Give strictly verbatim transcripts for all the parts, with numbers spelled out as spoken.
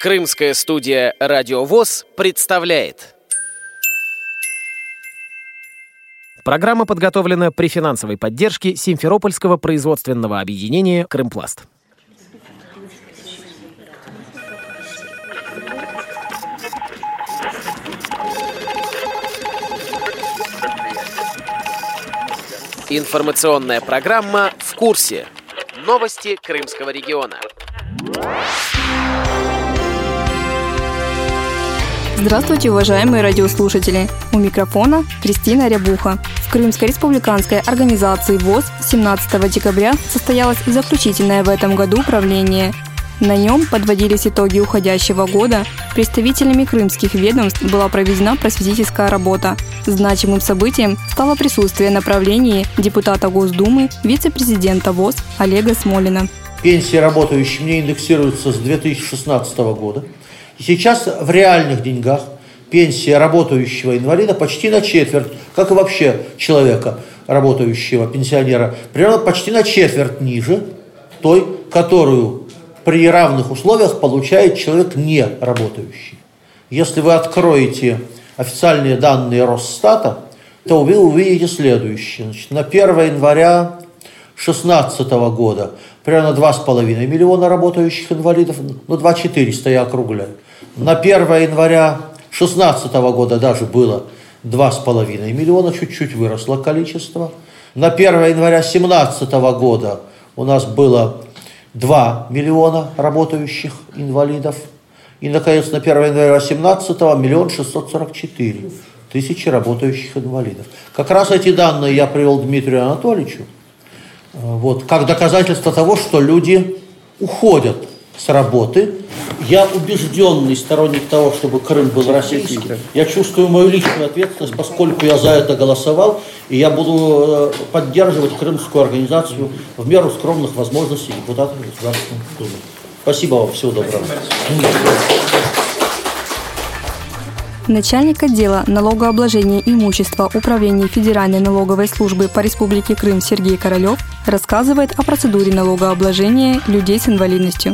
Крымская студия «Радио ВОС» представляет. Программа подготовлена при финансовой поддержке Симферопольского производственного объединения «Крымпласт». Информационная программа «В курсе». Новости Крымского региона. Здравствуйте, уважаемые радиослушатели! У микрофона Кристина Рябуха. В Крымской республиканской организации ВОС семнадцатого декабря состоялось заключительное в этом году правление. На нем подводились итоги уходящего года. Представителями крымских ведомств была проведена просветительская работа. Значимым событием стало присутствие на правлении депутата Госдумы, вице-президента ВОС Олега Смолина. Пенсии работающим не индексируются с две тысячи шестнадцатого года. И сейчас в реальных деньгах пенсия работающего инвалида почти на четверть, как и вообще человека, работающего пенсионера, примерно почти на четверть ниже той, которую при равных условиях получает человек не работающий. Если вы откроете официальные данные Росстата, то вы увидите следующее. Значит, на первое января две тысячи шестнадцатого года примерно два с половиной миллиона работающих инвалидов, ну два четыреста я округляю. На первое января две тысячи шестнадцатого года даже было два с половиной миллиона, чуть-чуть выросло количество. На первое января две тысячи семнадцатого года у нас было два миллиона работающих инвалидов. И, наконец, на первое января две тысячи семнадцатого миллион шестьсот сорок четыре тысячи работающих инвалидов. Как раз эти данные я привел Дмитрию Анатольевичу, вот, как доказательство того, что люди уходят с работы. Я убежденный сторонник того, чтобы Крым был российским. Я чувствую мою личную ответственность, поскольку я за это голосовал, и я буду поддерживать крымскую организацию в меру скромных возможностей депутатов Государственной Думы. Спасибо вам, всего доброго. Начальник отдела налогообложения имущества Управления Федеральной налоговой службы по Республике Крым Сергей Королев рассказывает о процедуре налогообложения людей с инвалидностью.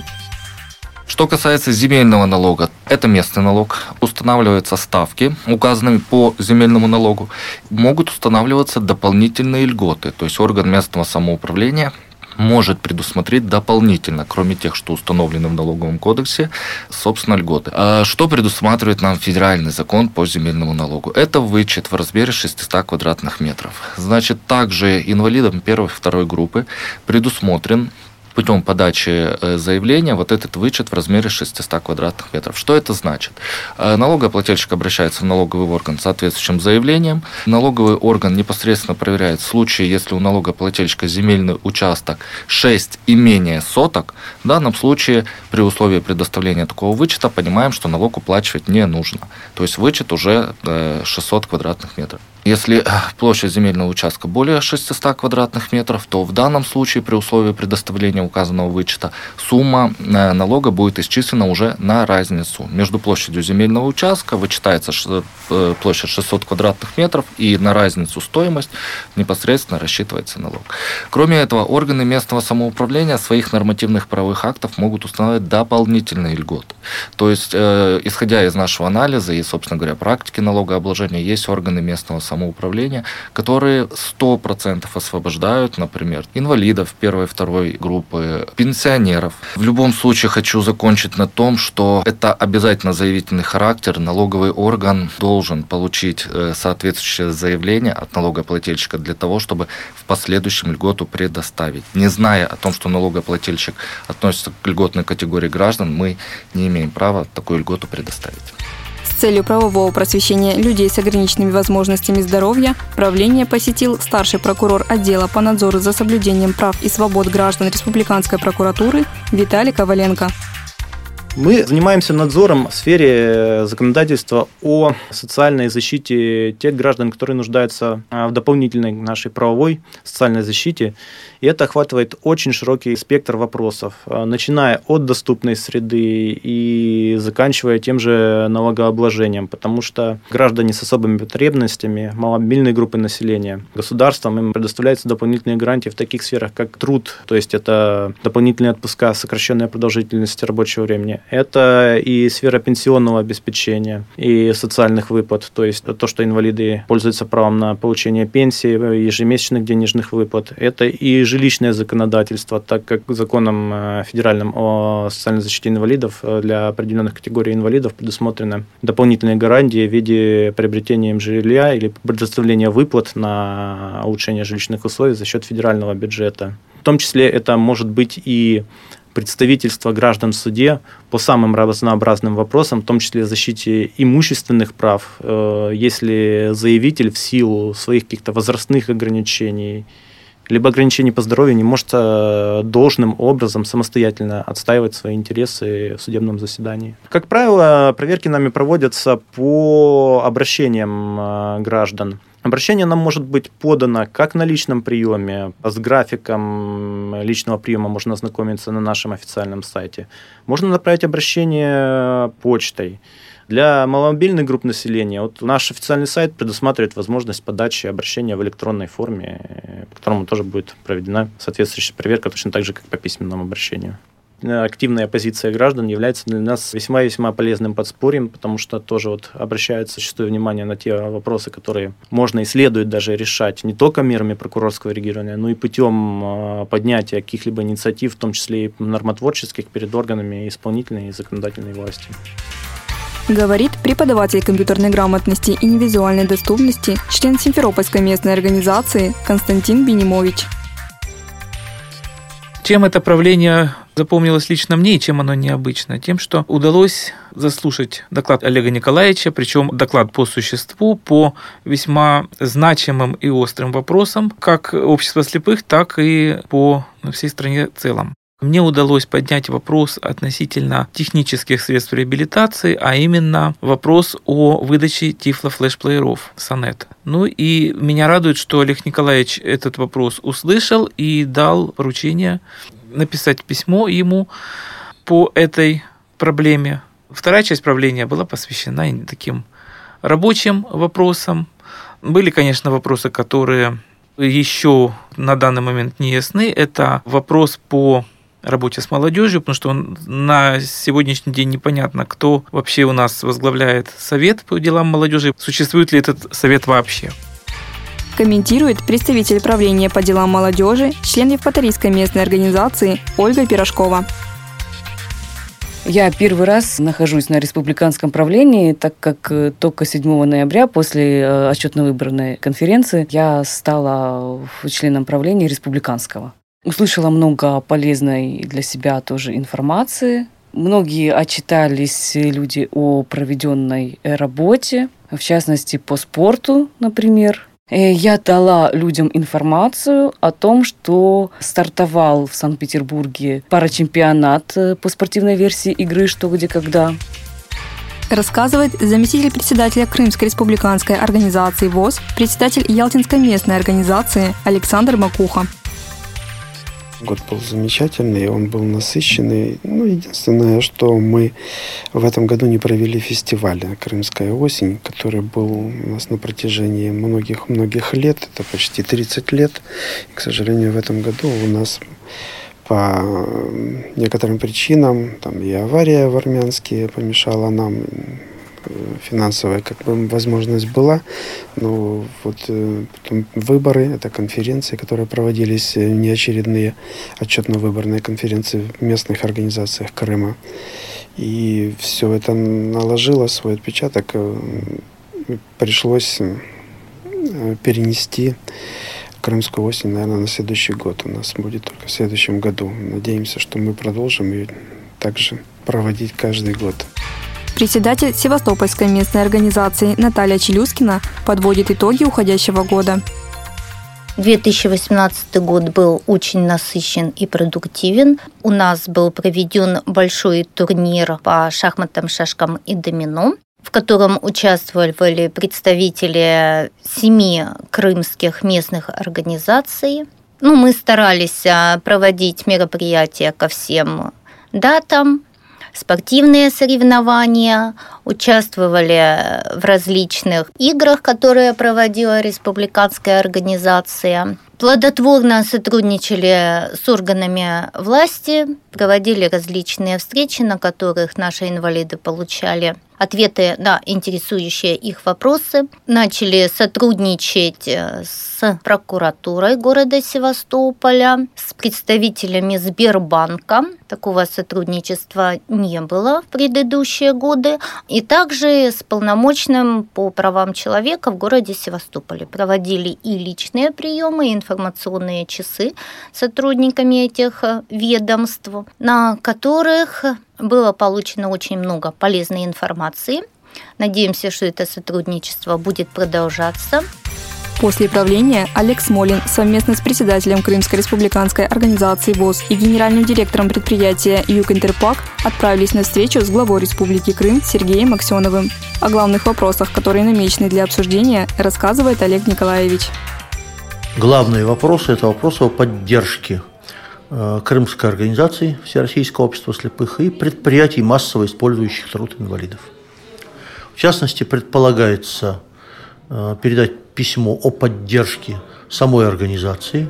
Что касается земельного налога, это местный налог. Устанавливаются ставки, указанные по земельному налогу. Могут устанавливаться дополнительные льготы, то есть орган местного самоуправления может предусмотреть дополнительно, кроме тех, что установлены в налоговом кодексе, собственно, льготы. А что предусматривает нам федеральный закон по земельному налогу? Это вычет в размере шестьсот квадратных метров. Значит, также инвалидам первой и второй группы предусмотрен путем подачи заявления вот этот вычет в размере шестьсот квадратных метров. Что это значит? Налогоплательщик обращается в налоговый орган с соответствующим заявлением. Налоговый орган непосредственно проверяет случаи, если у налогоплательщика земельный участок шесть и менее соток. В данном случае при условии предоставления такого вычета понимаем, что налог уплачивать не нужно. То есть вычет уже шестьсот квадратных метров. Если площадь земельного участка более шестисот квадратных метров, то в данном случае при условии предоставления указанного вычета сумма налога будет исчислена уже на разницу. Между площадью земельного участка вычитается площадь шестьсот квадратных метров, и на разницу стоимость непосредственно рассчитывается налог. Кроме этого, органы местного самоуправления своих нормативных правовых актов могут установить дополнительные льготы. То есть, исходя из нашего анализа и, собственно говоря, практики налогообложения, есть органы местного самоуправления, самоуправления, которые сто процентов освобождают, например, инвалидов первой и второй группы, пенсионеров. В любом случае хочу закончить на том, что это обязательно заявительный характер. Налоговый орган должен получить соответствующее заявление от налогоплательщика для того, чтобы в последующем льготу предоставить. Не зная о том, что налогоплательщик относится к льготной категории граждан, мы не имеем права такую льготу предоставить. С целью правового просвещения людей с ограниченными возможностями здоровья правление посетил старший прокурор отдела по надзору за соблюдением прав и свобод граждан Республиканской прокуратуры Виталий Коваленко. Мы занимаемся надзором в сфере законодательства о социальной защите тех граждан, которые нуждаются в дополнительной нашей правовой социальной защите. И это охватывает очень широкий спектр вопросов, начиная от доступной среды и заканчивая тем же налогообложением, потому что граждане с особыми потребностями, маломобильные группы населения, государством им предоставляются дополнительные гарантии в таких сферах, как труд, то есть это дополнительные отпуска, сокращенная продолжительность рабочего времени, это и сфера пенсионного обеспечения и социальных выплат, то есть то, что инвалиды пользуются правом на получение пенсии, ежемесячных денежных выплат, это и жилищное законодательство, так как законом федеральным о социальной защите инвалидов для определенных категорий инвалидов предусмотрены дополнительные гарантии в виде приобретения им жилья или предоставления выплат на улучшение жилищных условий за счет федерального бюджета. В том числе это может быть и представительство граждан в суде по самым разнообразным вопросам, в том числе защите имущественных прав, если заявитель в силу своих каких-то возрастных ограничений либо ограничений по здоровью не может должным образом самостоятельно отстаивать свои интересы в судебном заседании. Как правило, проверки нами проводятся по обращениям граждан. Обращение нам может быть подано как на личном приеме, с графиком личного приема можно ознакомиться на нашем официальном сайте. Можно направить обращение почтой. Для маломобильных групп населения вот наш официальный сайт предусматривает возможность подачи обращения в электронной форме, по которому тоже будет проведена соответствующая проверка, точно так же, как по письменному обращению. Активная позиция граждан является для нас весьма-весьма полезным подспорьем, потому что тоже вот обращается зачастую внимание на те вопросы, которые можно и следует даже решать не только мерами прокурорского реагирования, но и путем поднятия каких-либо инициатив, в том числе и нормотворческих, перед органами исполнительной и законодательной власти. Говорит преподаватель компьютерной грамотности и невизуальной доступности, член Симферопольской местной организации Константин Бенимович. Чем это правление запомнилось лично мне и чем оно необычно? Тем, что удалось заслушать доклад Олега Николаевича, причем доклад по существу, по весьма значимым и острым вопросам, как общества слепых, так и по всей стране в целом. Мне удалось поднять вопрос относительно технических средств реабилитации, а именно вопрос о выдаче тифло-флешплееров Сонет. Ну и меня радует, что Олег Николаевич этот вопрос услышал и дал поручение написать письмо ему по этой проблеме. Вторая часть правления была посвящена таким рабочим вопросам. Были, конечно, вопросы, которые еще на данный момент не ясны. Это вопрос по работе с молодежью, потому что на сегодняшний день непонятно, кто вообще у нас возглавляет совет по делам молодежи, существует ли этот совет вообще. Комментирует представитель правления по делам молодежи, член Евпаторийской местной организации Ольга Пирожкова. Я первый раз нахожусь на республиканском правлении, так как только седьмого ноября после отчетно-выборной конференции я стала членом правления республиканского. Услышала много полезной для себя тоже информации. Многие отчитались люди о проведенной работе, в частности по спорту, например. Я дала людям информацию о том, что стартовал в Санкт-Петербурге парачемпионат по спортивной версии игры «Что, где, когда». Рассказывает заместитель председателя Крымской республиканской организации ВОС, председатель Ялтинской местной организации Александр Макуха. Год был замечательный, он был насыщенный. Ну, единственное, что мы в этом году не провели фестиваль «Крымская осень», который был у нас на протяжении многих-многих лет, это почти тридцать лет. И, к сожалению, в этом году у нас по некоторым причинам, там и авария в Армянске помешала нам, финансовая как бы возможность была, но вот потом выборы, это конференции, которые проводились, неочередные отчетно-выборные конференции в местных организациях Крыма. И все это наложило свой отпечаток. Пришлось перенести Крымскую осень, наверное, на следующий год. У нас будет только в следующем году. Надеемся, что мы продолжим ее также проводить каждый год. Председатель Севастопольской местной организации Наталья Челюскина подводит итоги уходящего года. две тысячи восемнадцатый год был очень насыщен и продуктивен. У нас был проведен большой турнир по шахматам, шашкам и домино, в котором участвовали представители семи крымских местных организаций. Ну, мы старались проводить мероприятия ко всем датам, спортивные соревнования, участвовали в различных играх, которые проводила республиканская организация. Плодотворно сотрудничали с органами власти, проводили различные встречи, на которых наши инвалиды получали ответы на интересующие их вопросы. Начали сотрудничать с прокуратурой города Севастополя, с представителями Сбербанка. Такого сотрудничества не было в предыдущие годы. И также с полномочным по правам человека в городе Севастополе. Проводили и личные приемы, и информационные часы с сотрудниками этих ведомств, на которых было получено очень много полезной информации. Надеемся, что это сотрудничество будет продолжаться. После правления Олег Смолин совместно с председателем Крымской республиканской организации ВОС и генеральным директором предприятия «Юг-Интерпак» отправились на встречу с главой Республики Крым Сергеем Аксеновым. О главных вопросах, которые намечены для обсуждения, рассказывает Олег Николаевич. Главные вопросы – это вопросы о поддержке Крымской организации Всероссийского общества слепых и предприятий, массово использующих труд инвалидов. В частности, предполагается передать письмо о поддержке самой организации,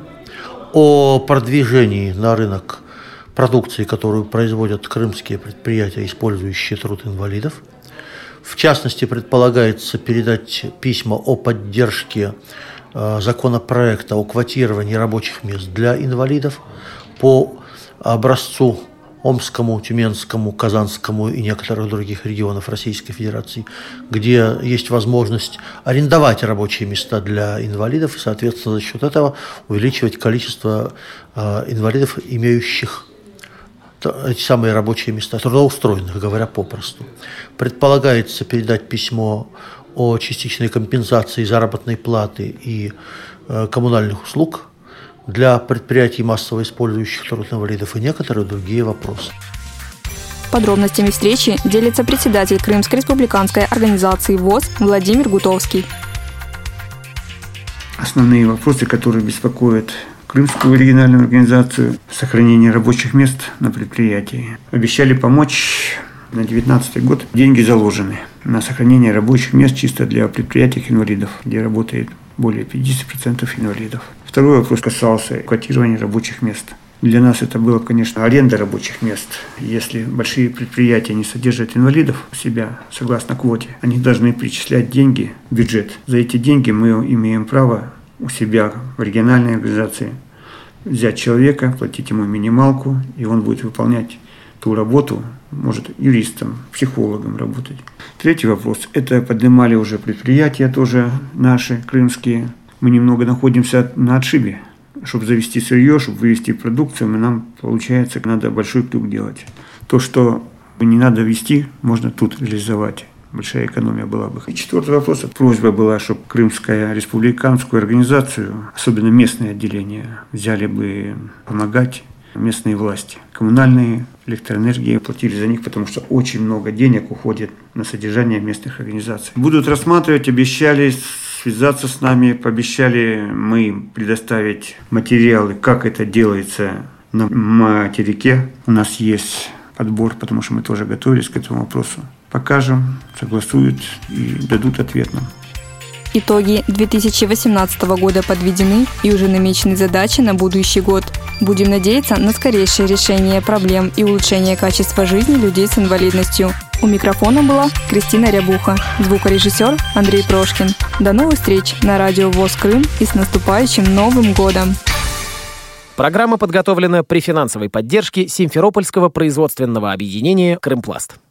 о продвижении на рынок продукции, которую производят крымские предприятия, использующие труд инвалидов. В частности, предполагается передать письма о поддержке законопроекта о квотировании рабочих мест для инвалидов по образцу Омскому, Тюменскому, Казанскому и некоторых других регионов Российской Федерации, где есть возможность арендовать рабочие места для инвалидов и, соответственно, за счет этого увеличивать количество э, инвалидов, имеющих эти самые рабочие места, трудоустроенных, говоря попросту. Предполагается передать письмо о частичной компенсации заработной платы и э, коммунальных услуг для предприятий, массово использующих труд инвалидов, и некоторые другие вопросы. Подробностями встречи делится председатель Крымской республиканской организации ВОС Владимир Гутовский. Основные вопросы, которые беспокоят Крымскую региональную организацию – сохранение рабочих мест на предприятии. Обещали помочь. На две тысячи девятнадцатый год деньги заложены на сохранение рабочих мест чисто для предприятий инвалидов, где работает более пятьдесят процентов инвалидов. Второй вопрос касался квотирования рабочих мест. Для нас это было, конечно, аренда рабочих мест. Если большие предприятия не содержат инвалидов у себя, согласно квоте, они должны перечислять деньги в бюджет. За эти деньги мы имеем право у себя в региональной организации взять человека, платить ему минималку, и он будет выполнять ту работу, может юристом, психологом работать. Третий вопрос. Это поднимали уже предприятия тоже наши, крымские. Мы немного находимся на отшибе. Чтобы завести сырье, чтобы вывести продукцию, нам, получается, надо большой крюк делать. То, что не надо везти, можно тут реализовать. Большая экономия была бы. И четвертый вопрос. Просьба была, чтобы Крымская республиканскую организацию, особенно местные отделения, взяли бы помогать местные власти. Коммунальные, электроэнергии платили за них, потому что очень много денег уходит на содержание местных организаций. Будут рассматривать, обещали связаться с нами, пообещали мы предоставить материалы, как это делается на материке. У нас есть отбор, потому что мы тоже готовились к этому вопросу. Покажем, согласуют и дадут ответ нам. Итоги две тысячи восемнадцатого года подведены и уже намечены задачи на будущий год. Будем надеяться на скорейшее решение проблем и улучшение качества жизни людей с инвалидностью. У микрофона была Кристина Рябуха, звукорежиссер Андрей Прошкин. До новых встреч на радио ВОС Крым и с наступающим Новым годом! Программа подготовлена при финансовой поддержке Симферопольского производственного объединения «Крымпласт».